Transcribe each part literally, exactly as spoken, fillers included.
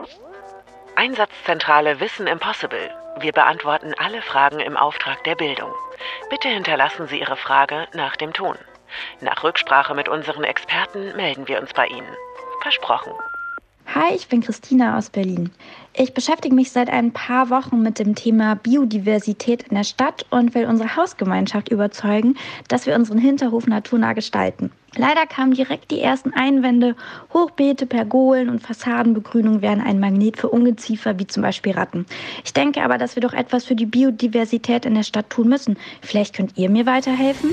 Einsatzzentrale Wissen Impossible. Wir beantworten alle Fragen im Auftrag der Bildung. Bitte hinterlassen Sie Ihre Frage nach dem Ton. Nach Rücksprache mit unseren Experten melden wir uns bei Ihnen. Versprochen. Hi, ich bin Christina aus Berlin. Ich beschäftige mich seit ein paar Wochen mit dem Thema Biodiversität in der Stadt und will unsere Hausgemeinschaft überzeugen, dass wir unseren Hinterhof naturnah gestalten. Leider kamen direkt die ersten Einwände, Hochbeete, Pergolen und Fassadenbegrünung wären ein Magnet für Ungeziefer wie zum Beispiel Ratten. Ich denke aber, dass wir doch etwas für die Biodiversität in der Stadt tun müssen. Vielleicht könnt ihr mir weiterhelfen?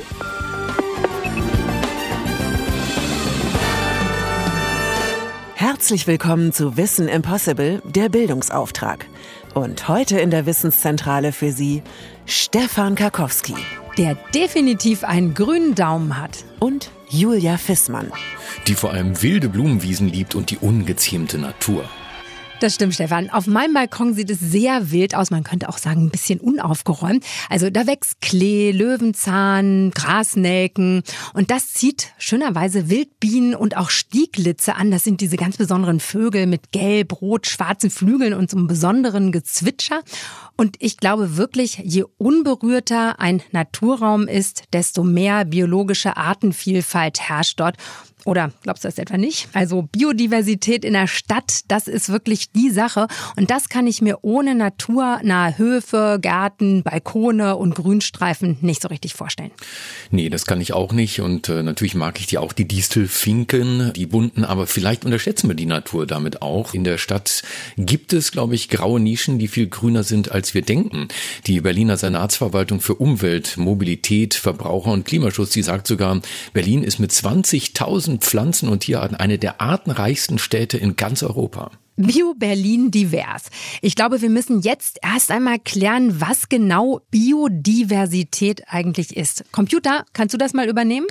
Herzlich willkommen zu Wissen Impossible, der Bildungsauftrag. Und heute in der Wissenszentrale für Sie Stefan Karkowski. Der definitiv einen grünen Daumen hat. Und Julia Fissmann. Die vor allem wilde Blumenwiesen liebt und die ungezähmte Natur. Das stimmt, Stefan. Auf meinem Balkon sieht es sehr wild aus. Man könnte auch sagen, ein bisschen unaufgeräumt. Also da wächst Klee, Löwenzahn, Grasnelken. Und das zieht schönerweise Wildbienen und auch Stieglitze an. Das sind diese ganz besonderen Vögel mit gelb, rot, schwarzen Flügeln und so einem besonderen Gezwitscher. Und ich glaube wirklich, je unberührter ein Naturraum ist, desto mehr biologische Artenvielfalt herrscht dort. Oder glaubst du das etwa nicht? Also Biodiversität in der Stadt, das ist wirklich die Sache. Und das kann ich mir ohne naturnahe Höfe, Gärten, Balkone und Grünstreifen nicht so richtig vorstellen. Nee, das kann ich auch nicht. Und äh, natürlich mag ich die auch, die Distelfinken, die bunten. Aber vielleicht unterschätzen wir die Natur damit auch. In der Stadt gibt es, glaube ich, graue Nischen, die viel grüner sind, als wir denken. Die Berliner Senatsverwaltung für Umwelt, Mobilität, Verbraucher und Klimaschutz, die sagt sogar, Berlin ist mit zwanzigtausend Pflanzen- und Tierarten eine der artenreichsten Städte in ganz Europa. Bio-Berlin divers. Ich glaube, wir müssen jetzt erst einmal klären, was genau Biodiversität eigentlich ist. Computer, kannst du das mal übernehmen?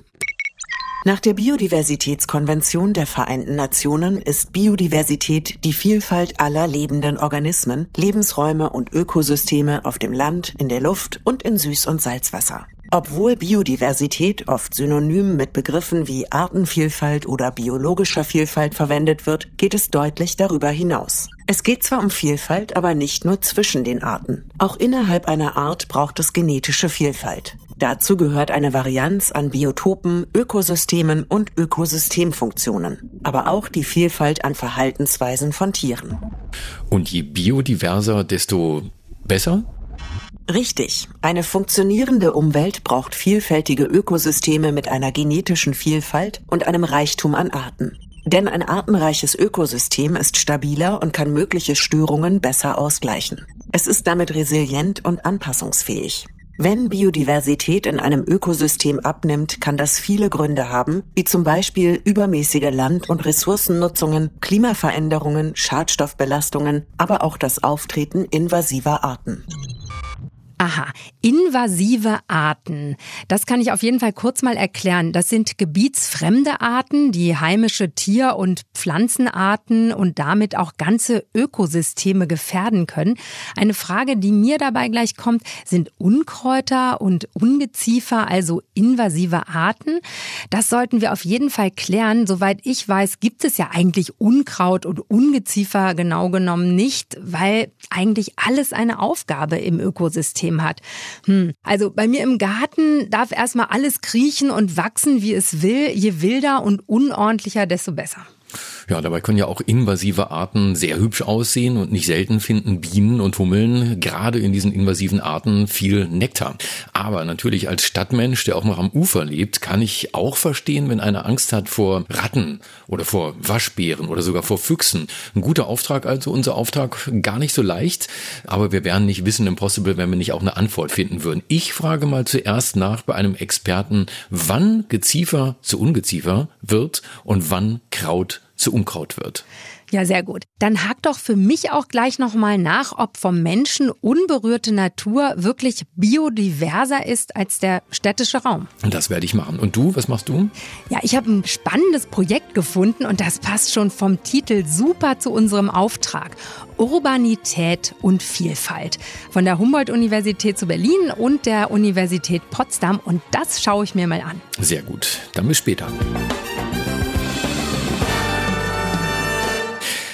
Nach der Biodiversitätskonvention der Vereinten Nationen ist Biodiversität die Vielfalt aller lebenden Organismen, Lebensräume und Ökosysteme auf dem Land, in der Luft und in Süß- und Salzwasser. Obwohl Biodiversität oft synonym mit Begriffen wie Artenvielfalt oder biologischer Vielfalt verwendet wird, geht es deutlich darüber hinaus. Es geht zwar um Vielfalt, aber nicht nur zwischen den Arten. Auch innerhalb einer Art braucht es genetische Vielfalt. Dazu gehört eine Varianz an Biotopen, Ökosystemen und Ökosystemfunktionen, aber auch die Vielfalt an Verhaltensweisen von Tieren. Und je biodiverser, desto besser? Richtig. Eine funktionierende Umwelt braucht vielfältige Ökosysteme mit einer genetischen Vielfalt und einem Reichtum an Arten. Denn ein artenreiches Ökosystem ist stabiler und kann mögliche Störungen besser ausgleichen. Es ist damit resilient und anpassungsfähig. Wenn Biodiversität in einem Ökosystem abnimmt, kann das viele Gründe haben, wie zum Beispiel übermäßige Land- und Ressourcennutzungen, Klimaveränderungen, Schadstoffbelastungen, aber auch das Auftreten invasiver Arten. Aha, invasive Arten. Das kann ich auf jeden Fall kurz mal erklären. Das sind gebietsfremde Arten, die heimische Tier- und Pflanzenarten und damit auch ganze Ökosysteme gefährden können. Eine Frage, die mir dabei gleich kommt, sind Unkräuter und Ungeziefer, also invasive Arten? Das sollten wir auf jeden Fall klären. Soweit ich weiß, gibt es ja eigentlich Unkraut und Ungeziefer genau genommen nicht, weil eigentlich alles eine Aufgabe im Ökosystem hat. Hm. Also bei mir im Garten darf erstmal alles kriechen und wachsen, wie es will. Je wilder und unordentlicher, desto besser. Ja, dabei können ja auch invasive Arten sehr hübsch aussehen und nicht selten finden Bienen und Hummeln gerade in diesen invasiven Arten viel Nektar. Aber natürlich als Stadtmensch, der auch noch am Ufer lebt, kann ich auch verstehen, wenn einer Angst hat vor Ratten oder vor Waschbären oder sogar vor Füchsen. Ein guter Auftrag also, unser Auftrag gar nicht so leicht, aber wir wären nicht Wissen Impossible, wenn wir nicht auch eine Antwort finden würden. Ich frage mal zuerst nach bei einem Experten, wann Geziefer zu Ungeziefer wird und wann Kraut zu Unkraut wird. Ja, sehr gut. Dann hakt doch für mich auch gleich nochmal nach, ob vom Menschen unberührte Natur wirklich biodiverser ist als der städtische Raum. Und das werde ich machen. Und du, was machst du? Ja, ich habe ein spannendes Projekt gefunden und das passt schon vom Titel super zu unserem Auftrag. Urbanität und Vielfalt. Von der Humboldt-Universität zu Berlin und der Universität Potsdam. Und das schaue ich mir mal an. Sehr gut. Dann bis später. Ich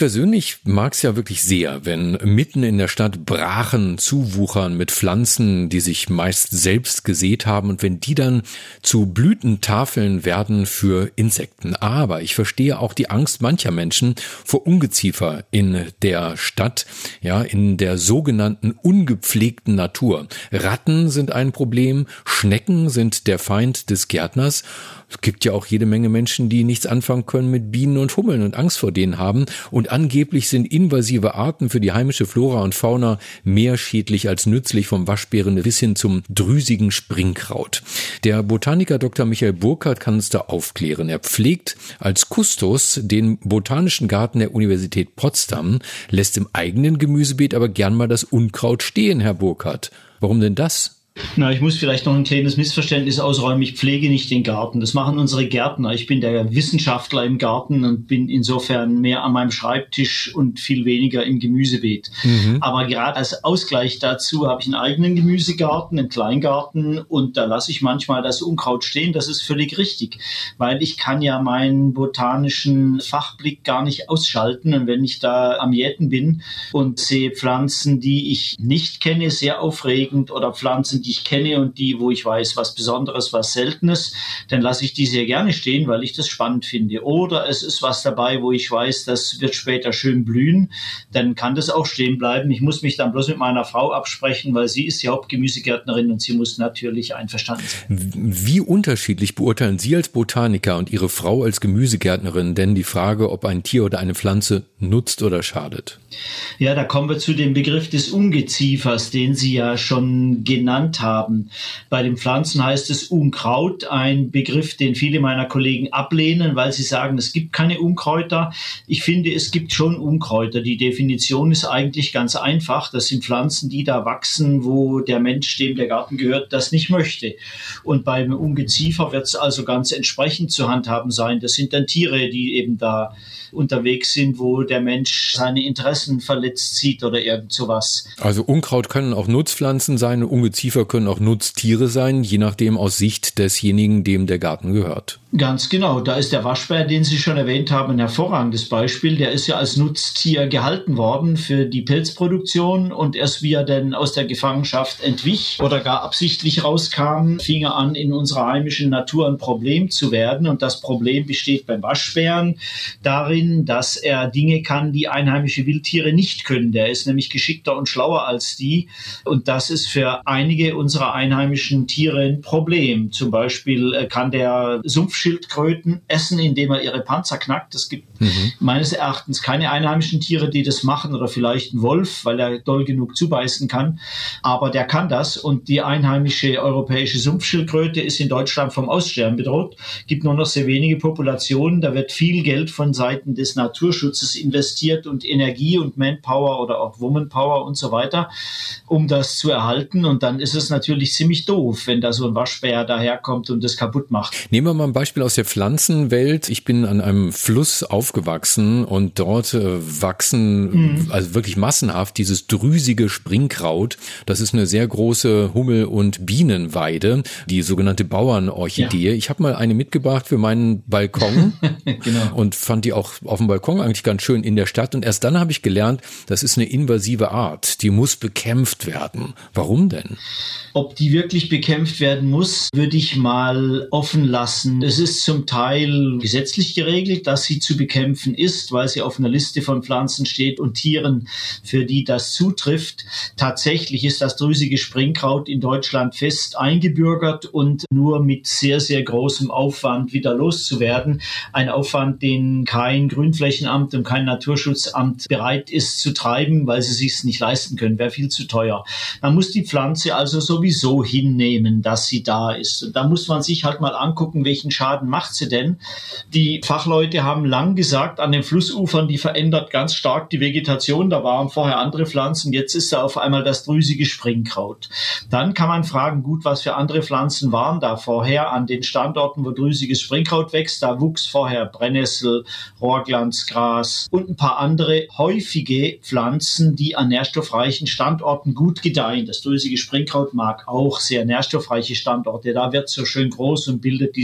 persönlich mag es ja wirklich sehr, wenn mitten in der Stadt Brachen zuwuchern mit Pflanzen, die sich meist selbst gesät haben und wenn die dann zu Blütentafeln werden für Insekten. Aber ich verstehe auch die Angst mancher Menschen vor Ungeziefer in der Stadt, ja, in der sogenannten ungepflegten Natur. Ratten sind ein Problem, Schnecken sind der Feind des Gärtners. Es gibt ja auch jede Menge Menschen, die nichts anfangen können mit Bienen und Hummeln und Angst vor denen haben. Und angeblich sind invasive Arten für die heimische Flora und Fauna mehr schädlich als nützlich, vom Waschbären bis hin zum drüsigen Springkraut. Der Botaniker Doktor Michael Burkhardt kann uns da aufklären. Er pflegt als Kustos den Botanischen Garten der Universität Potsdam, lässt im eigenen Gemüsebeet aber gern mal das Unkraut stehen, Herr Burkhardt. Warum denn das? Na, ich muss vielleicht noch ein kleines Missverständnis ausräumen. Ich pflege nicht den Garten. Das machen unsere Gärtner. Ich bin der Wissenschaftler im Garten und bin insofern mehr an meinem Schreibtisch und viel weniger im Gemüsebeet. Mhm. Aber gerade als Ausgleich dazu habe ich einen eigenen Gemüsegarten, einen Kleingarten und da lasse ich manchmal das Unkraut stehen. Das ist völlig richtig, weil ich kann ja meinen botanischen Fachblick gar nicht ausschalten. Und wenn ich da am Jäten bin und sehe Pflanzen, die ich nicht kenne, sehr aufregend oder Pflanzen, die ich kenne und die, wo ich weiß, was Besonderes, was Seltenes, dann lasse ich die sehr gerne stehen, weil ich das spannend finde. Oder es ist was dabei, wo ich weiß, das wird später schön blühen, dann kann das auch stehen bleiben. Ich muss mich dann bloß mit meiner Frau absprechen, weil sie ist die Hauptgemüsegärtnerin und sie muss natürlich einverstanden sein. Wie unterschiedlich beurteilen Sie als Botaniker und Ihre Frau als Gemüsegärtnerin denn die Frage, ob ein Tier oder eine Pflanze nutzt oder schadet? Ja, da kommen wir zu dem Begriff des Ungeziefers, den Sie ja schon genannt haben. Bei den Pflanzen heißt es Unkraut, ein Begriff, den viele meiner Kollegen ablehnen, weil sie sagen, es gibt keine Unkräuter. Ich finde, es gibt schon Unkräuter. Die Definition ist eigentlich ganz einfach. Das sind Pflanzen, die da wachsen, wo der Mensch, dem der Garten gehört, das nicht möchte. Und beim Ungeziefer wird es also ganz entsprechend zu handhaben sein. Das sind dann Tiere, die eben da unterwegs sind, wo der Mensch seine Interessen verletzt sieht oder irgend sowas. Also Unkraut können auch Nutzpflanzen sein, Ungeziefer können auch Nutztiere sein, je nachdem aus Sicht desjenigen, dem der Garten gehört. Ganz genau, da ist der Waschbär, den Sie schon erwähnt haben, ein hervorragendes Beispiel. Der ist ja als Nutztier gehalten worden für die Pilzproduktion und erst wie er dann aus der Gefangenschaft entwich oder gar absichtlich rauskam, fing er an, in unserer heimischen Natur ein Problem zu werden. Und das Problem besteht beim Waschbären darin, dass er Dinge kann, die einheimische Wildtiere nicht können. Der ist nämlich geschickter und schlauer als die und das ist für einige unserer einheimischen Tiere ein Problem. Zum Beispiel kann der Sumpfschildkröten essen, indem er ihre Panzer knackt. Es gibt mhm. meines Erachtens keine einheimischen Tiere, die das machen oder vielleicht ein Wolf, weil er doll genug zubeißen kann. Aber der kann das und die einheimische europäische Sumpfschildkröte ist in Deutschland vom Aussterben bedroht. Es gibt nur noch sehr wenige Populationen. Da wird viel Geld von Seiten des Naturschutzes investiert und Energie und Manpower oder auch Womanpower und so weiter, um das zu erhalten. Und dann ist es natürlich ziemlich doof, wenn da so ein Waschbär daherkommt und das kaputt macht. Nehmen wir mal ein Beispiel aus der Pflanzenwelt. Ich bin an einem Fluss aufgewachsen und dort äh, wachsen mhm. also wirklich massenhaft dieses drüsige Springkraut. Das ist eine sehr große Hummel- und Bienenweide, die sogenannte Bauernorchidee. Ja. Ich habe mal eine mitgebracht für meinen Balkon genau. und fand die auch auf dem Balkon eigentlich ganz schön in der Stadt. Und erst dann habe ich gelernt, das ist eine invasive Art. Die muss bekämpft werden. Warum denn? Ob die wirklich bekämpft werden muss, würde ich mal offen lassen. Es ist zum Teil gesetzlich geregelt, dass sie zu bekämpfen ist, weil sie auf einer Liste von Pflanzen steht und Tieren, für die das zutrifft. Tatsächlich ist das drüsige Springkraut in Deutschland fest eingebürgert und nur mit sehr, sehr großem Aufwand wieder loszuwerden. Ein Aufwand, den kein Grünflächenamt und kein Naturschutzamt bereit ist zu treiben, weil sie sich es nicht leisten können, wäre viel zu teuer. Man muss die Pflanze also sowieso hinnehmen, dass sie da ist. Und da muss man sich halt mal angucken, welchen Schaden macht sie denn. Die Fachleute haben lang gesagt, an den Flussufern, die verändert ganz stark die Vegetation. Da waren vorher andere Pflanzen, jetzt ist da auf einmal das drüsige Springkraut. Dann kann man fragen, gut, was für andere Pflanzen waren da vorher an den Standorten, wo drüsiges Springkraut wächst. Da wuchs vorher Brennnessel, Rohrglanzgras und ein paar andere häufige Pflanzen, die an nährstoffreichen Standorten gut gedeihen. Das drüsige Springkraut mag auch sehr nährstoffreiche Standorte. Da wird es so schön groß und bildet diese tollen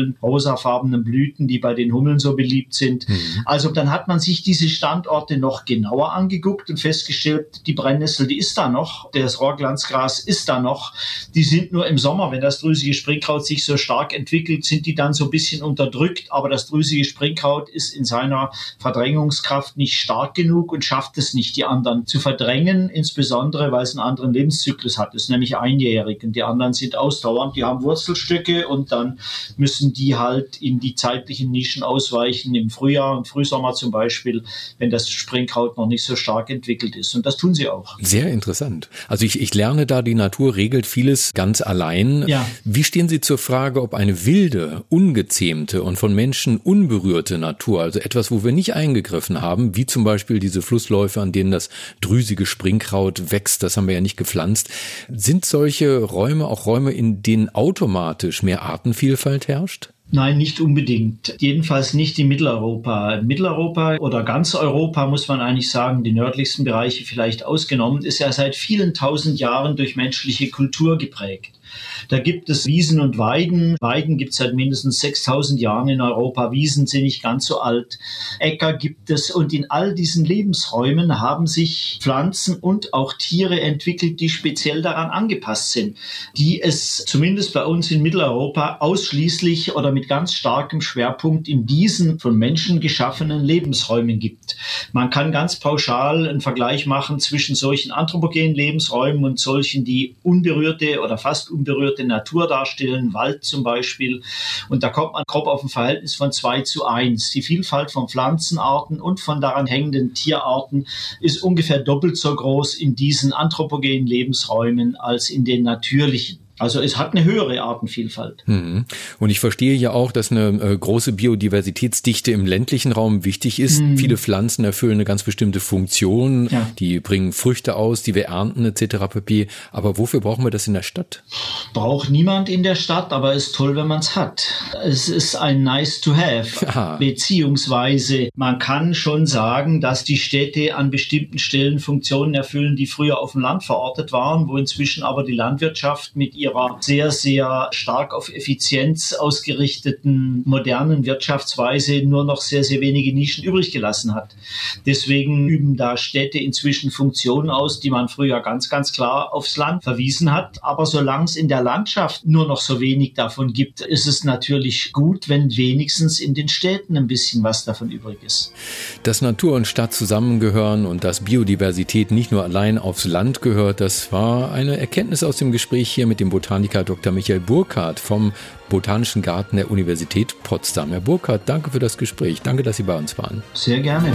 tollen rosafarbenen Blüten, die bei den Hummeln so beliebt sind. Mhm. Also dann hat man sich diese Standorte noch genauer angeguckt und festgestellt, die Brennnessel, die ist da noch, das Rohrglanzgras ist da noch. Die sind nur im Sommer, wenn das drüsige Springkraut sich so stark entwickelt, sind die dann so ein bisschen unterdrückt, aber das drüsige Springkraut ist in seiner Verdrängungskraft nicht stark genug und schafft es nicht, die anderen zu verdrängen, insbesondere weil es einen anderen Lebenszyklus hat. Es ist nämlich einjährig und die anderen sind ausdauernd, die haben Wurzelstöcke und dann müssen die halt in die zeitlichen Nischen ausweichen, im Frühjahr und Frühsommer zum Beispiel, wenn das Springkraut noch nicht so stark entwickelt ist. Und das tun sie auch. Sehr interessant. Also ich, ich lerne da, die Natur regelt vieles ganz allein. Ja. Wie stehen Sie zur Frage, ob eine wilde, ungezähmte und von Menschen unberührte Natur, also etwas, wo wir nicht eingegriffen haben, wie zum Beispiel diese Flussläufe, an denen das drüsige Springkraut wächst, das haben wir ja nicht gepflanzt, sind solche Räume auch Räume, in denen automatisch mehr Artenvielfalt herrscht? Nein, nicht unbedingt. Jedenfalls nicht in Mitteleuropa. In Mitteleuropa oder ganz Europa, muss man eigentlich sagen, die nördlichsten Bereiche vielleicht ausgenommen, ist ja seit vielen tausend Jahren durch menschliche Kultur geprägt. Da gibt es Wiesen und Weiden. Weiden gibt es seit mindestens sechstausend Jahren in Europa. Wiesen sind nicht ganz so alt. Äcker gibt es. Und in all diesen Lebensräumen haben sich Pflanzen und auch Tiere entwickelt, die speziell daran angepasst sind, die es zumindest bei uns in Mitteleuropa ausschließlich oder mit ganz starkem Schwerpunkt in diesen von Menschen geschaffenen Lebensräumen gibt. Man kann ganz pauschal einen Vergleich machen zwischen solchen anthropogenen Lebensräumen und solchen, die unberührte oder fast unberührte Natur darstellen, Wald zum Beispiel. Und da kommt man grob auf ein Verhältnis von zwei zu eins. Die Vielfalt von Pflanzenarten und von daran hängenden Tierarten ist ungefähr doppelt so groß in diesen anthropogenen Lebensräumen als in den natürlichen. Also es hat eine höhere Artenvielfalt. Mhm. Und ich verstehe ja auch, dass eine äh, große Biodiversitätsdichte im ländlichen Raum wichtig ist. Mhm. Viele Pflanzen erfüllen eine ganz bestimmte Funktion. Ja. Die bringen Früchte aus, die wir ernten et cetera pp. Aber wofür brauchen wir das in der Stadt? Braucht niemand in der Stadt, aber ist toll, wenn man es hat. Es ist ein nice to have. Aha. Beziehungsweise man kann schon sagen, dass die Städte an bestimmten Stellen Funktionen erfüllen, die früher auf dem Land verortet waren, wo inzwischen aber die Landwirtschaft mit ihrer sehr, sehr stark auf Effizienz ausgerichteten modernen Wirtschaftsweise nur noch sehr, sehr wenige Nischen übrig gelassen hat. Deswegen üben da Städte inzwischen Funktionen aus, die man früher ganz, ganz klar aufs Land verwiesen hat. Aber solange es in der Landschaft nur noch so wenig davon gibt, ist es natürlich gut, wenn wenigstens in den Städten ein bisschen was davon übrig ist. Dass Natur und Stadt zusammengehören und dass Biodiversität nicht nur allein aufs Land gehört, das war eine Erkenntnis aus dem Gespräch hier mit dem Botaniker Doktor Michael Burkhardt vom Botanischen Garten der Universität Potsdam. Herr Burkhardt, danke für das Gespräch. Danke, dass Sie bei uns waren. Sehr gerne.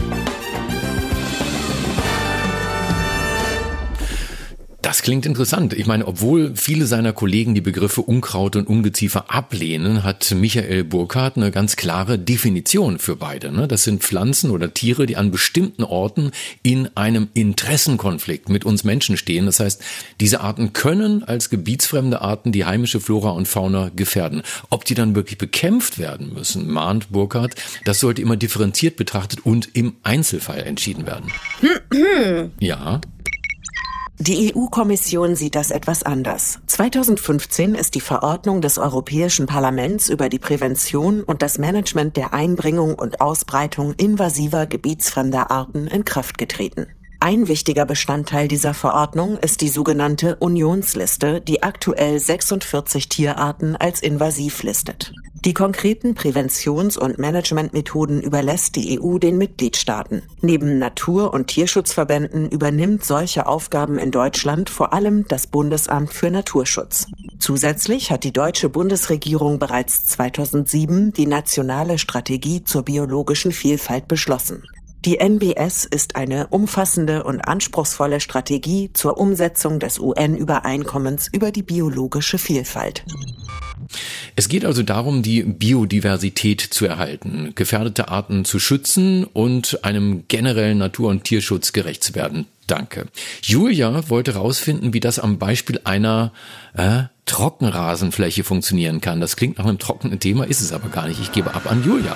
Das klingt interessant. Ich meine, obwohl viele seiner Kollegen die Begriffe Unkraut und Ungeziefer ablehnen, hat Michael Burkhardt eine ganz klare Definition für beide. Das sind Pflanzen oder Tiere, die an bestimmten Orten in einem Interessenkonflikt mit uns Menschen stehen. Das heißt, diese Arten können als gebietsfremde Arten die heimische Flora und Fauna gefährden. Ob die dann wirklich bekämpft werden müssen, mahnt Burkhardt, das sollte immer differenziert betrachtet und im Einzelfall entschieden werden. Ja. Die E U-Kommission sieht das etwas anders. zweitausendfünfzehn ist die Verordnung des Europäischen Parlaments über die Prävention und das Management der Einbringung und Ausbreitung invasiver gebietsfremder Arten in Kraft getreten. Ein wichtiger Bestandteil dieser Verordnung ist die sogenannte Unionsliste, die aktuell sechsundvierzig Tierarten als invasiv listet. Die konkreten Präventions- und Managementmethoden überlässt die E U den Mitgliedstaaten. Neben Natur- und Tierschutzverbänden übernimmt solche Aufgaben in Deutschland vor allem das Bundesamt für Naturschutz. Zusätzlich hat die deutsche Bundesregierung bereits zweitausendsieben die nationale Strategie zur biologischen Vielfalt beschlossen. Die N B S ist eine umfassende und anspruchsvolle Strategie zur Umsetzung des U N-Übereinkommens über die biologische Vielfalt. Es geht also darum, die Biodiversität zu erhalten, gefährdete Arten zu schützen und einem generellen Natur- und Tierschutz gerecht zu werden. Danke. Julia wollte herausfinden, wie das am Beispiel einer äh, Trockenrasenfläche funktionieren kann. Das klingt nach einem trockenen Thema, ist es aber gar nicht. Ich gebe ab an Julia.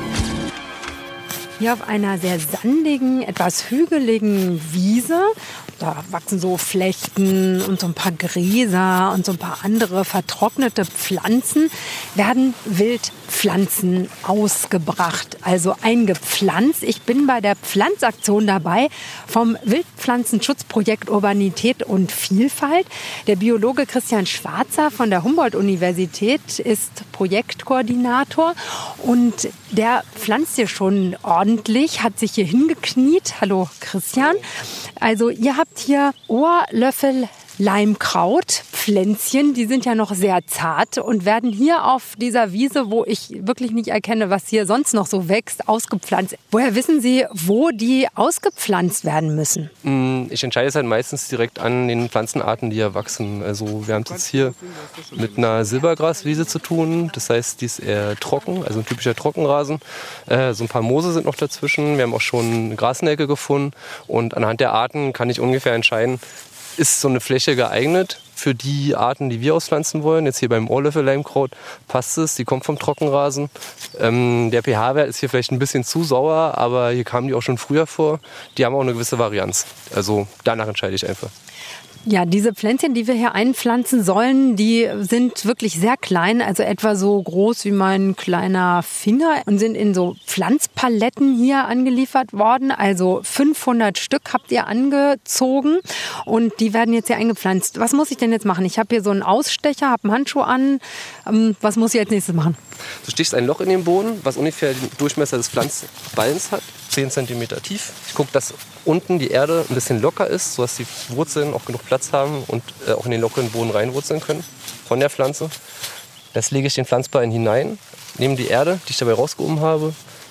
Hier auf einer sehr sandigen, etwas hügeligen Wiese. Da wachsen so Flechten und so ein paar Gräser und so ein paar andere vertrocknete Pflanzen. Werden Wildpflanzen ausgebracht, also eingepflanzt. Ich bin bei der Pflanzaktion dabei vom Wildpflanzenschutzprojekt Urbanität und Vielfalt. Der Biologe Christian Schwarzer von der Humboldt-Universität ist Projektkoordinator und der pflanzt hier schon ordentlich, hat sich hier hingekniet. Hallo Christian. Also ihr habt hier Ohrlöffel Leimkraut, Pflänzchen, die sind ja noch sehr zart und werden hier auf dieser Wiese, wo ich wirklich nicht erkenne, was hier sonst noch so wächst, ausgepflanzt. Woher wissen Sie, wo die ausgepflanzt werden müssen? Ich entscheide es halt meistens direkt an den Pflanzenarten, die hier wachsen. Also wir haben es jetzt hier mit einer Silbergraswiese zu tun. Das heißt, die ist eher trocken, also ein typischer Trockenrasen. Äh, so ein paar Moose sind noch dazwischen. Wir haben auch schon Grasnelke gefunden. Und anhand der Arten kann ich ungefähr entscheiden, ist so eine Fläche geeignet für die Arten, die wir auspflanzen wollen. Jetzt hier beim Ohrlöffel-Leimkraut passt es, die kommt vom Trockenrasen. Ähm, der pH-Wert ist hier vielleicht ein bisschen zu sauer, aber hier kamen die auch schon früher vor. Die haben auch eine gewisse Varianz. Also danach entscheide ich einfach. Ja, diese Pflänzchen, die wir hier einpflanzen sollen, die sind wirklich sehr klein, also etwa so groß wie mein kleiner Finger und sind in so Pflanzpaletten hier angeliefert worden. Also fünfhundert Stück habt ihr angezogen und die werden jetzt hier eingepflanzt. Was muss ich denn jetzt machen? Ich habe hier so einen Ausstecher, habe einen Handschuh an. Was muss ich als nächstes machen? Du stichst ein Loch in den Boden, was ungefähr den Durchmesser des Pflanzballens hat, zehn Zentimeter tief. Ich gucke, dass unten die Erde ein bisschen locker ist, sodass die Wurzeln auch genug Platz haben und äh, auch in den lockeren Boden reinwurzeln können von der Pflanze. Das lege ich den Pflanzballen hinein, nehme die Erde, die ich dabei rausgehoben habe,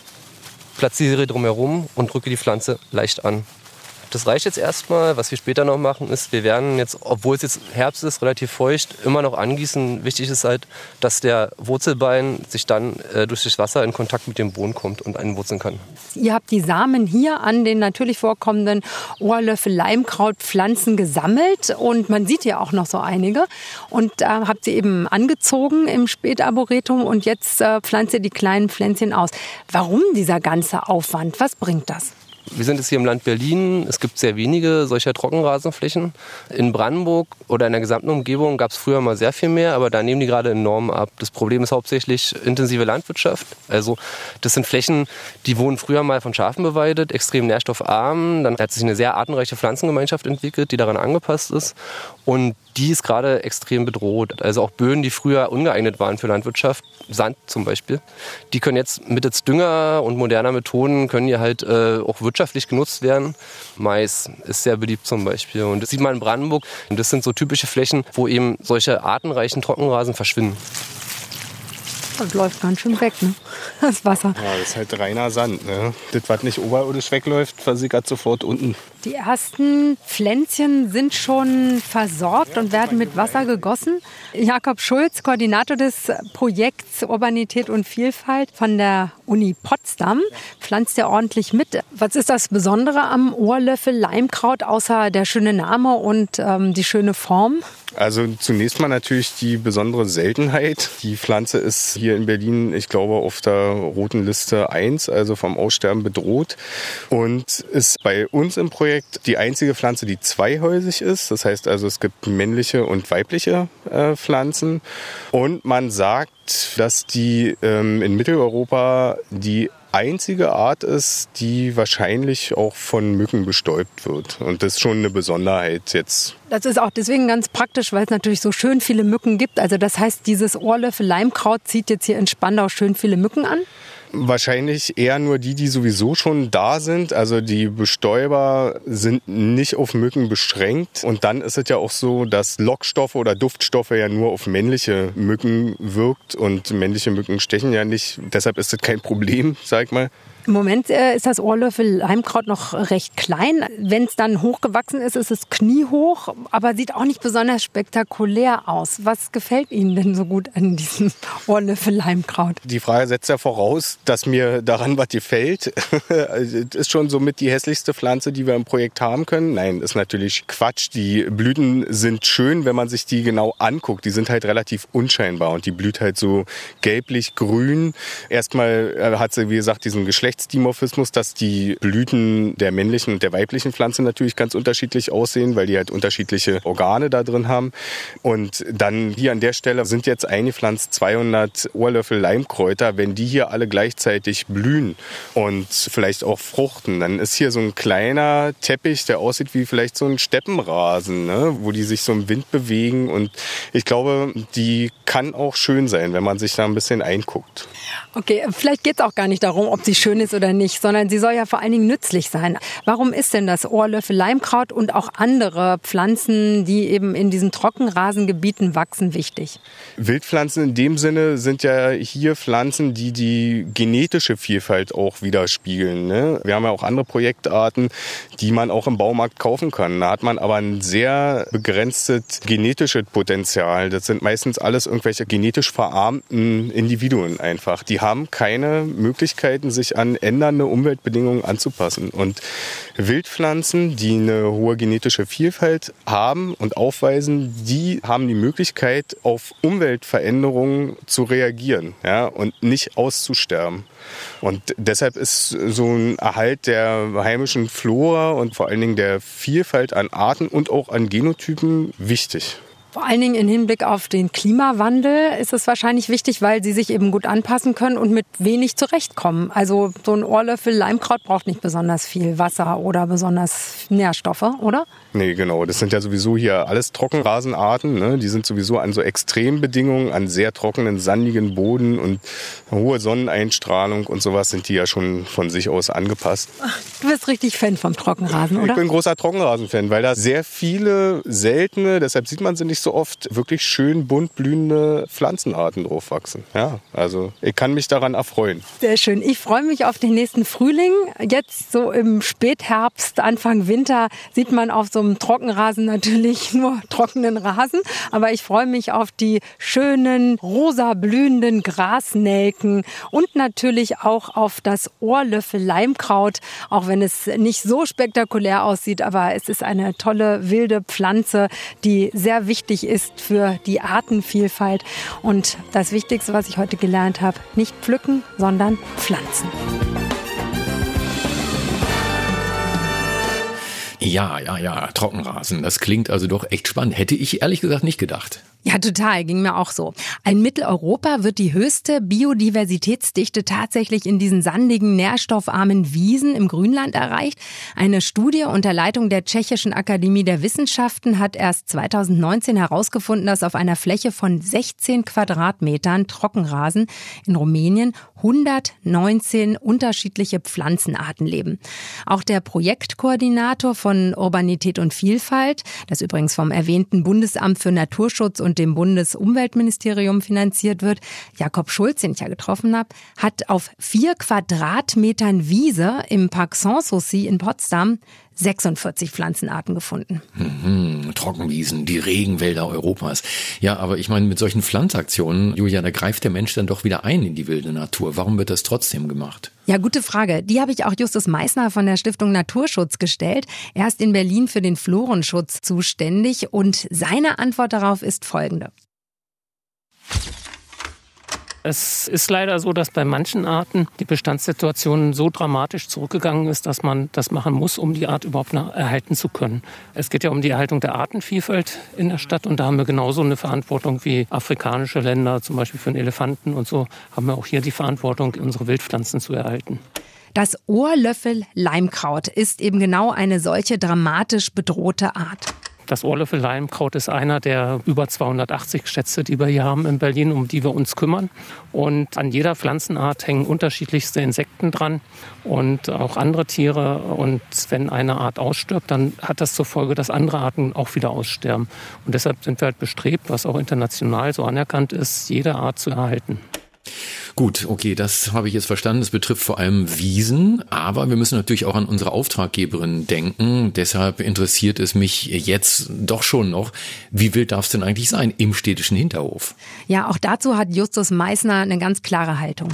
platziere drumherum und drücke die Pflanze leicht an. Das reicht jetzt erstmal. Was wir später noch machen, ist, wir werden jetzt, obwohl es jetzt Herbst ist, relativ feucht, immer noch angießen. Wichtig ist halt, dass der Wurzelbein sich dann äh, durch das Wasser in Kontakt mit dem Boden kommt und einwurzeln kann. Ihr habt die Samen hier an den natürlich vorkommenden Ohrlöffel-Leimkrautpflanzen gesammelt und man sieht hier auch noch so einige. Und äh, habt sie eben angezogen im Spätarboretum und jetzt äh, pflanzt ihr die kleinen Pflänzchen aus. Warum dieser ganze Aufwand? Was bringt das? Wir sind jetzt hier im Land Berlin. Es gibt sehr wenige solcher Trockenrasenflächen. In Brandenburg oder in der gesamten Umgebung gab es früher mal sehr viel mehr, aber da nehmen die gerade enorm ab. Das Problem ist hauptsächlich intensive Landwirtschaft. Also das sind Flächen, die wurden früher mal von Schafen beweidet, extrem nährstoffarm. Dann hat sich eine sehr artenreiche Pflanzengemeinschaft entwickelt, die daran angepasst ist. Und die ist gerade extrem bedroht. Also auch Böden, die früher ungeeignet waren für Landwirtschaft, Sand zum Beispiel, die können jetzt mittels Dünger und moderner Methoden können hier halt äh, auch wirtschaftlich genutzt werden. Mais ist sehr beliebt zum Beispiel. Und das sieht man in Brandenburg. Und das sind so typische Flächen, wo eben solche artenreichen Trockenrasen verschwinden. Das läuft ganz schön weg, ne? Das Wasser. Ja, das ist halt reiner Sand, ne? Das, was nicht oberirdisch wegläuft, versickert sofort unten. Die ersten Pflänzchen sind schon versorgt und werden mit Wasser gegossen. Jakob Schulz, Koordinator des Projekts Urbanität und Vielfalt von der Uni Potsdam, pflanzt ja ordentlich mit. Was ist das Besondere am Ohrlöffel-Leimkraut, außer der schöne Name und ähm, die schöne Form? Also zunächst mal natürlich die besondere Seltenheit. Die Pflanze ist hier in Berlin, ich glaube, auf der roten Liste eins, also vom Aussterben bedroht. Und ist bei uns im Projekt die einzige Pflanze, die zweihäusig ist. Das heißt also, es gibt männliche und weibliche äh, Pflanzen. Und man sagt, dass die ähm, in Mitteleuropa die einzige Art ist, die wahrscheinlich auch von Mücken bestäubt wird. Und das ist schon eine Besonderheit jetzt. Das ist auch deswegen ganz praktisch, weil es natürlich so schön viele Mücken gibt. Also das heißt, dieses Ohrlöffel-Leimkraut zieht jetzt hier in Spandau schön viele Mücken an? Wahrscheinlich eher nur die, die sowieso schon da sind. Also die Bestäuber sind nicht auf Mücken beschränkt. Und dann ist es ja auch so, dass Lockstoffe oder Duftstoffe ja nur auf männliche Mücken wirkt. Und männliche Mücken stechen ja nicht. Deshalb ist das kein Problem, sag ich mal. Im Moment äh, ist das Ohrlöffel-Leimkraut noch recht klein. Wenn es dann hochgewachsen ist, ist es kniehoch, aber sieht auch nicht besonders spektakulär aus. Was gefällt Ihnen denn so gut an diesem Ohrlöffel-Leimkraut? Die Frage setzt ja voraus, dass mir daran was gefällt. Das ist schon somit die hässlichste Pflanze, die wir im Projekt haben können. Nein, ist natürlich Quatsch. Die Blüten sind schön, wenn man sich die genau anguckt. Die sind halt relativ unscheinbar und die blüht halt so gelblich-grün. Erstmal hat sie, wie gesagt, diesen Geschlecht Geschlechtsdimorphismus, dass die Blüten der männlichen und der weiblichen Pflanze natürlich ganz unterschiedlich aussehen, weil die halt unterschiedliche Organe da drin haben. Und dann hier an der Stelle sind jetzt eingepflanzt zweihundert Ohrlöffel Leimkräuter. Wenn die hier alle gleichzeitig blühen und vielleicht auch fruchten, dann ist hier so ein kleiner Teppich, der aussieht wie vielleicht so ein Steppenrasen, ne? Wo die sich so im Wind bewegen. Und ich glaube, die kann auch schön sein, wenn man sich da ein bisschen einguckt. Okay, vielleicht geht es auch gar nicht darum, ob sie schön ist oder nicht, sondern sie soll ja vor allen Dingen nützlich sein. Warum ist denn das Ohrlöffel-Leimkraut und auch andere Pflanzen, die eben in diesen Trockenrasengebieten wachsen, wichtig? Wildpflanzen in dem Sinne sind ja hier Pflanzen, die die genetische Vielfalt auch widerspiegeln, ne? Wir haben ja auch andere Projektarten, die man auch im Baumarkt kaufen kann. Da hat man aber ein sehr begrenztes genetisches Potenzial. Das sind meistens alles irgendwelche genetisch verarmten Individuen einfach. Die haben keine Möglichkeiten, sich an ändernde Umweltbedingungen anzupassen. Und Wildpflanzen, die eine hohe genetische Vielfalt haben und aufweisen, die haben die Möglichkeit, auf Umweltveränderungen zu reagieren, ja, und nicht auszusterben. Und deshalb ist so ein Erhalt der heimischen Flora und vor allen Dingen der Vielfalt an Arten und auch an Genotypen wichtig. Vor allen Dingen im Hinblick auf den Klimawandel ist es wahrscheinlich wichtig, weil sie sich eben gut anpassen können und mit wenig zurechtkommen. Also so ein Ohrlöffel Leimkraut braucht nicht besonders viel Wasser oder besonders Nährstoffe, oder? Nee, genau. Das sind ja sowieso hier alles Trockenrasenarten, ne? Die sind sowieso an so Extrembedingungen, an sehr trockenen, sandigen Boden und hohe Sonneneinstrahlung und sowas sind die ja schon von sich aus angepasst. Du bist richtig Fan vom Trockenrasen, oder? Ich bin ein großer Trockenrasen-Fan, weil da sehr viele seltene, deshalb sieht man sie nicht so oft, wirklich schön bunt blühende Pflanzenarten drauf wachsen. Ja, also ich kann mich daran erfreuen. Sehr schön. Ich freue mich auf den nächsten Frühling. Jetzt so im Spätherbst, Anfang Winter sieht man auf so einem Trockenrasen natürlich nur trockenen Rasen. Aber ich freue mich auf die schönen, rosa blühenden Grasnelken und natürlich auch auf das Ohrlöffel-Leimkraut, auch wenn es nicht so spektakulär aussieht, aber es ist eine tolle wilde Pflanze, die sehr wichtig ist für die Artenvielfalt. Und das Wichtigste, was ich heute gelernt habe, nicht pflücken, sondern pflanzen. Ja, ja, ja, Trockenrasen. Das klingt also doch echt spannend. Hätte ich ehrlich gesagt nicht gedacht. Ja, total, ging mir auch so. In Mitteleuropa wird die höchste Biodiversitätsdichte tatsächlich in diesen sandigen, nährstoffarmen Wiesen im Grünland erreicht. Eine Studie unter Leitung der Tschechischen Akademie der Wissenschaften hat erst zweitausendneunzehn herausgefunden, dass auf einer Fläche von sechzehn Quadratmetern Trockenrasen in Rumänien hundertneunzehn unterschiedliche Pflanzenarten leben. Auch der Projektkoordinator von Urbanität und Vielfalt, das übrigens vom erwähnten Bundesamt für Naturschutz und dem Bundesumweltministerium finanziert wird, Jakob Schulz, den ich ja getroffen habe, hat auf vier Quadratmetern Wiese im Park Sanssouci in Potsdam sechsundvierzig Pflanzenarten gefunden. Mhm, Trockenwiesen, die Regenwälder Europas. Ja, aber ich meine, mit solchen Pflanzaktionen, Julia, da greift der Mensch dann doch wieder ein in die wilde Natur. Warum wird das trotzdem gemacht? Ja, gute Frage. Die habe ich auch Justus Meissner von der Stiftung Naturschutz gestellt. Er ist in Berlin für den Florenschutz zuständig und seine Antwort darauf ist folgende. Es ist leider so, dass bei manchen Arten die Bestandssituation so dramatisch zurückgegangen ist, dass man das machen muss, um die Art überhaupt noch erhalten zu können. Es geht ja um die Erhaltung der Artenvielfalt in der Stadt und da haben wir genauso eine Verantwortung wie afrikanische Länder, zum Beispiel für den Elefanten und so, haben wir auch hier die Verantwortung, unsere Wildpflanzen zu erhalten. Das Ohrlöffel-Leimkraut ist eben genau eine solche dramatisch bedrohte Art. Das Ohrlöffel-Leimkraut ist einer der über zweihundertachtzig Schätze, die wir hier haben in Berlin, um die wir uns kümmern. Und an jeder Pflanzenart hängen unterschiedlichste Insekten dran und auch andere Tiere. Und wenn eine Art ausstirbt, dann hat das zur Folge, dass andere Arten auch wieder aussterben. Und deshalb sind wir halt bestrebt, was auch international so anerkannt ist, jede Art zu erhalten. Gut, okay, das habe ich jetzt verstanden. Das betrifft vor allem Wiesen, aber wir müssen natürlich auch an unsere Auftraggeberin denken. Deshalb interessiert es mich jetzt doch schon noch, wie wild darf es denn eigentlich sein im städtischen Hinterhof? Ja, auch dazu hat Justus Meissner eine ganz klare Haltung.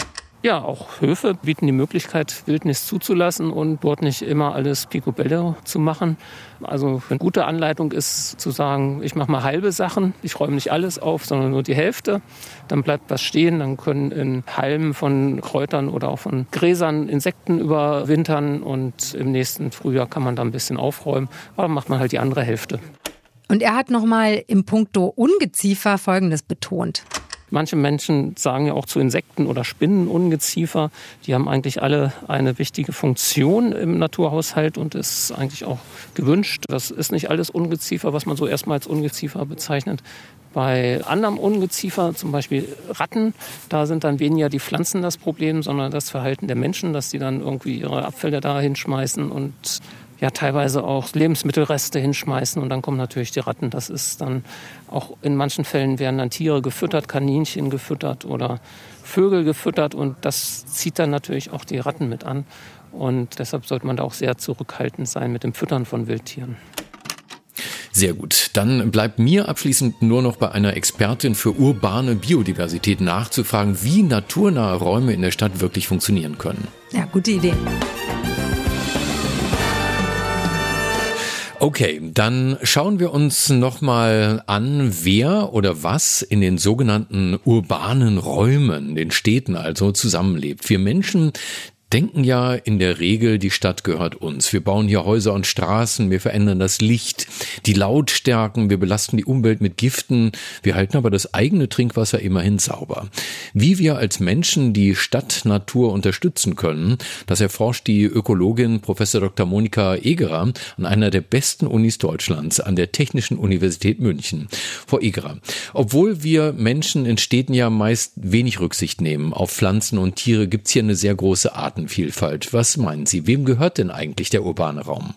Ja, auch Höfe bieten die Möglichkeit, Wildnis zuzulassen und dort nicht immer alles picobello zu machen. Also eine gute Anleitung ist zu sagen, ich mache mal halbe Sachen, ich räume nicht alles auf, sondern nur die Hälfte. Dann bleibt was stehen, dann können in Halmen von Kräutern oder auch von Gräsern Insekten überwintern und im nächsten Frühjahr kann man da ein bisschen aufräumen, aber dann macht man halt die andere Hälfte. Und er hat nochmal im Punkto Ungeziefer Folgendes betont. Manche Menschen sagen ja auch zu Insekten oder Spinnenungeziefer, die haben eigentlich alle eine wichtige Funktion im Naturhaushalt und ist eigentlich auch gewünscht. Das ist nicht alles Ungeziefer, was man so erstmal als Ungeziefer bezeichnet. Bei anderem Ungeziefer, zum Beispiel Ratten, da sind dann weniger die Pflanzen das Problem, sondern das Verhalten der Menschen, dass die dann irgendwie ihre Abfälle da hinschmeißen und ja teilweise auch Lebensmittelreste hinschmeißen und dann kommen natürlich die Ratten. Das ist dann auch in manchen Fällen werden dann Tiere gefüttert, Kaninchen gefüttert oder Vögel gefüttert und das zieht dann natürlich auch die Ratten mit an. Und deshalb sollte man da auch sehr zurückhaltend sein mit dem Füttern von Wildtieren. Sehr gut. Dann bleibt mir abschließend nur noch bei einer Expertin für urbane Biodiversität nachzufragen, wie naturnahe Räume in der Stadt wirklich funktionieren können. Ja, gute Idee. Okay, dann schauen wir uns nochmal an, wer oder was in den sogenannten urbanen Räumen, den Städten also, zusammenlebt. Wir Menschen denken ja in der Regel, die Stadt gehört uns. Wir bauen hier Häuser und Straßen, wir verändern das Licht, die Lautstärken, wir belasten die Umwelt mit Giften, wir halten aber das eigene Trinkwasser immerhin sauber. Wie wir als Menschen die Stadtnatur unterstützen können, das erforscht die Ökologin Professor Doktor Monika Egerer an einer der besten Unis Deutschlands, an der Technischen Universität München. Frau Egerer, obwohl wir Menschen in Städten ja meist wenig Rücksicht nehmen auf Pflanzen und Tiere, gibt's hier eine sehr große Arten Vielfalt. Was meinen Sie? Wem gehört denn eigentlich der urbane Raum?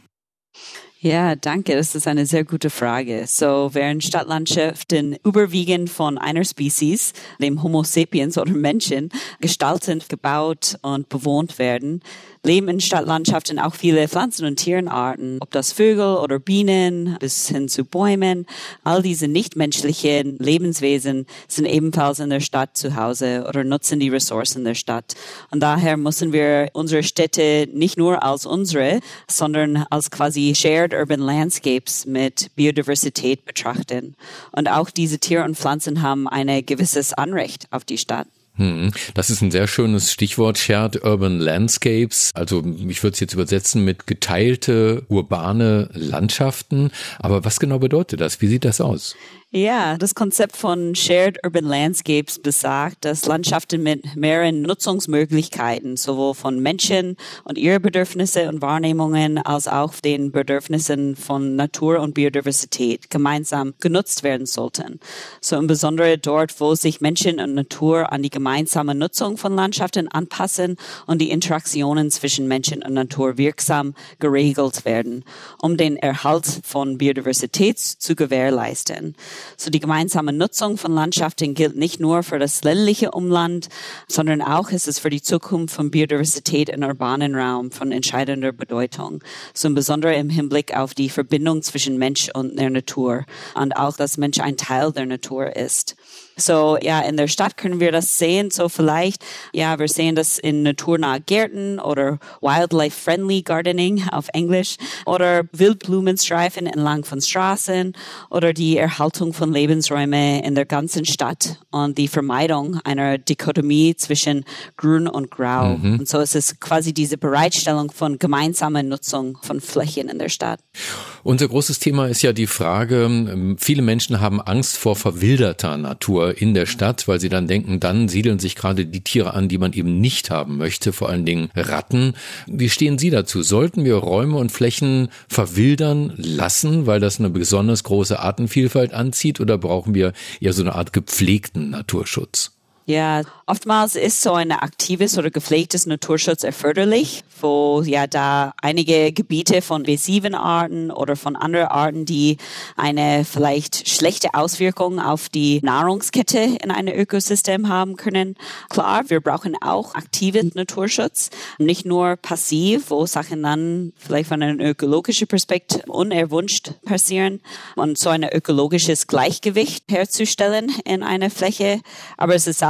Ja, danke. Das ist eine sehr gute Frage. So, während Stadtlandschaften überwiegend von einer Spezies, dem Homo sapiens oder Menschen, gestaltet, gebaut und bewohnt werden, leben in Stadtlandschaften auch viele Pflanzen- und Tierenarten, ob das Vögel oder Bienen bis hin zu Bäumen. All diese nichtmenschlichen Lebenswesen sind ebenfalls in der Stadt zu Hause oder nutzen die Ressourcen der Stadt. Und daher müssen wir unsere Städte nicht nur als unsere, sondern als quasi shared urban landscapes mit Biodiversität betrachten. Und auch diese Tiere und Pflanzen haben ein gewisses Anrecht auf die Stadt. Das ist ein sehr schönes Stichwort, Shared Urban Landscapes. Also ich würde es jetzt übersetzen mit geteilte urbane Landschaften. Aber was genau bedeutet das? Wie sieht das aus? Ja, das Konzept von Shared Urban Landscapes besagt, dass Landschaften mit mehreren Nutzungsmöglichkeiten sowohl von Menschen und ihre Bedürfnisse und Wahrnehmungen als auch den Bedürfnissen von Natur und Biodiversität gemeinsam genutzt werden sollten. So im Besonderen dort, wo sich Menschen und Natur an die gemeinsame Nutzung von Landschaften anpassen und die Interaktionen zwischen Menschen und Natur wirksam geregelt werden, um den Erhalt von Biodiversität zu gewährleisten. So die gemeinsame Nutzung von Landschaften gilt nicht nur für das ländliche Umland, sondern auch ist es für die Zukunft von Biodiversität im urbanen Raum von entscheidender Bedeutung. So insbesondere im Hinblick auf die Verbindung zwischen Mensch und der Natur und auch, dass Mensch ein Teil der Natur ist. So, ja, in der Stadt können wir das sehen. So vielleicht, ja, wir sehen das in naturnahe Gärten oder Wildlife-Friendly Gardening auf Englisch oder Wildblumenstreifen entlang von Straßen oder die Erhaltung von Lebensräumen in der ganzen Stadt und die Vermeidung einer Dichotomie zwischen Grün und Grau. Mhm. Und so ist es quasi diese Bereitstellung von gemeinsamer Nutzung von Flächen in der Stadt. Unser großes Thema ist ja die Frage, viele Menschen haben Angst vor verwilderter Natur in der Stadt, weil sie dann denken, dann siedeln sich gerade die Tiere an, die man eben nicht haben möchte, vor allen Dingen Ratten. Wie stehen Sie dazu? Sollten wir Räume und Flächen verwildern lassen, weil das eine besonders große Artenvielfalt anzieht, oder brauchen wir eher so eine Art gepflegten Naturschutz? Ja, oftmals ist so ein aktives oder gepflegtes Naturschutz erforderlich, wo ja da einige Gebiete von invasiven Arten oder von anderen Arten, die eine vielleicht schlechte Auswirkung auf die Nahrungskette in einem Ökosystem haben können. Klar, wir brauchen auch aktiven Naturschutz, nicht nur passiv, wo Sachen dann vielleicht von einer ökologischen Perspektive unerwünscht passieren und so ein ökologisches Gleichgewicht herzustellen in einer Fläche. Aber es ist auch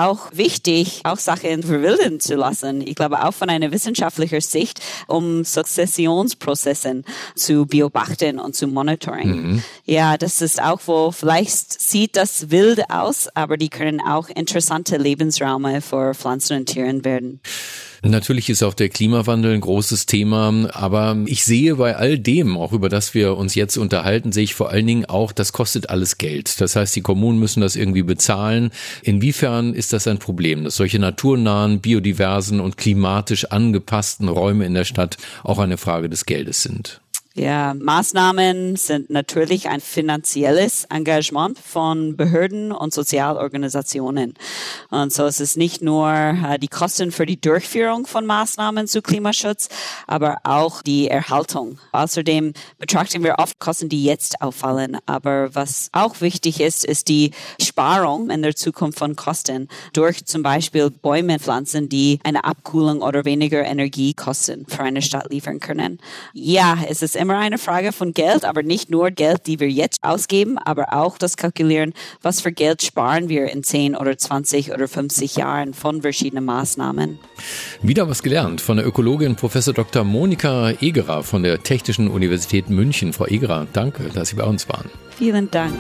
auch wichtig, auch Sachen verwildern zu lassen. Ich glaube auch von einer wissenschaftlichen Sicht, um Sukzessionsprozessen zu beobachten und zu monitoren. Mhm. Ja, das ist auch, wo vielleicht sieht das wild aus, aber die können auch interessante Lebensräume für Pflanzen und Tiere werden. Natürlich ist auch der Klimawandel ein großes Thema, aber ich sehe bei all dem, auch über das wir uns jetzt unterhalten, sehe ich vor allen Dingen auch, das kostet alles Geld. Das heißt, die Kommunen müssen das irgendwie bezahlen. Inwiefern ist das ein Problem, dass solche naturnahen, biodiversen und klimatisch angepassten Räume in der Stadt auch eine Frage des Geldes sind? Ja, Maßnahmen sind natürlich ein finanzielles Engagement von Behörden und Sozialorganisationen. Und so ist es nicht nur äh, die Kosten für die Durchführung von Maßnahmen zu Klimaschutz, aber auch die Erhaltung. Außerdem betrachten wir oft Kosten, die jetzt auffallen. Aber was auch wichtig ist, ist die Sparung in der Zukunft von Kosten durch zum Beispiel Bäume pflanzen, die eine Abkühlung oder weniger Energiekosten für eine Stadt liefern können. Ja, es ist immer eine Frage von Geld, aber nicht nur Geld, die wir jetzt ausgeben, aber auch das Kalkulieren, was für Geld sparen wir in zehn oder zwanzig oder fünfzig Jahren von verschiedenen Maßnahmen. Wieder was gelernt von der Ökologin Professor Doktor Monika Egerer von der Technischen Universität München. Frau Egerer, danke, dass Sie bei uns waren. Vielen Dank.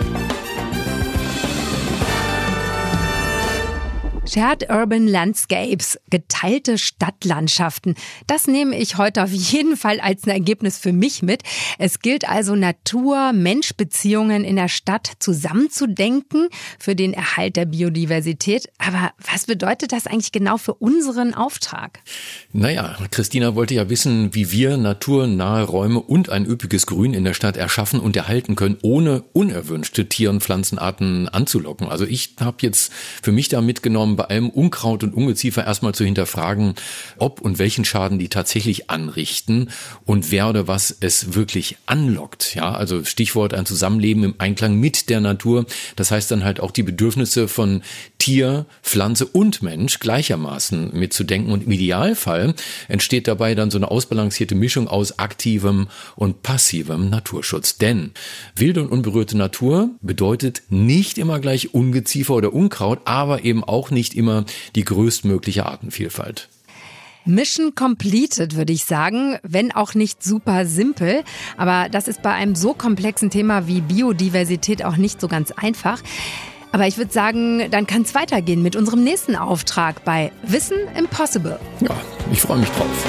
Shared Urban Landscapes, geteilte Stadtlandschaften. Das nehme ich heute auf jeden Fall als ein Ergebnis für mich mit. Es gilt also, Natur-Mensch-Beziehungen in der Stadt zusammenzudenken für den Erhalt der Biodiversität. Aber was bedeutet das eigentlich genau für unseren Auftrag? Naja, Christina wollte ja wissen, wie wir naturnahe Räume und ein üppiges Grün in der Stadt erschaffen und erhalten können, ohne unerwünschte Tier- und Pflanzenarten anzulocken. Also ich habe jetzt für mich da mitgenommen, bei allem Unkraut und Ungeziefer erstmal zu hinterfragen, ob und welchen Schaden die tatsächlich anrichten und wer oder was es wirklich anlockt. Ja, also Stichwort ein Zusammenleben im Einklang mit der Natur. Das heißt dann halt auch die Bedürfnisse von Tier, Pflanze und Mensch gleichermaßen mitzudenken. Und im Idealfall entsteht dabei dann so eine ausbalancierte Mischung aus aktivem und passivem Naturschutz. Denn wilde und unberührte Natur bedeutet nicht immer gleich Ungeziefer oder Unkraut, aber eben auch nicht immer die größtmögliche Artenvielfalt. Mission completed, würde ich sagen, wenn auch nicht super simpel. Aber das ist bei einem so komplexen Thema wie Biodiversität auch nicht so ganz einfach. Aber ich würde sagen, dann kann es weitergehen mit unserem nächsten Auftrag bei Wissen Impossible. Ja, ich freue mich drauf.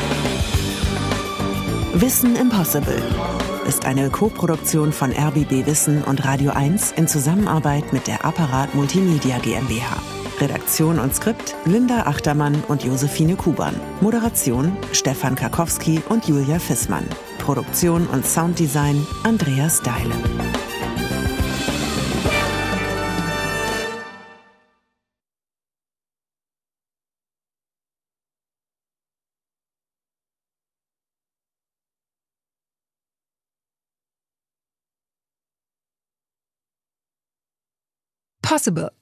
Wissen Impossible ist eine Co-Produktion von R B B Wissen und Radio eins in Zusammenarbeit mit der Apparat Multimedia GmbH. Redaktion und Skript Linda Achtermann und Josephine Kuban. Moderation Stefan Karkowski und Julia Fissmann. Produktion und Sounddesign Andreas Deile. Possible.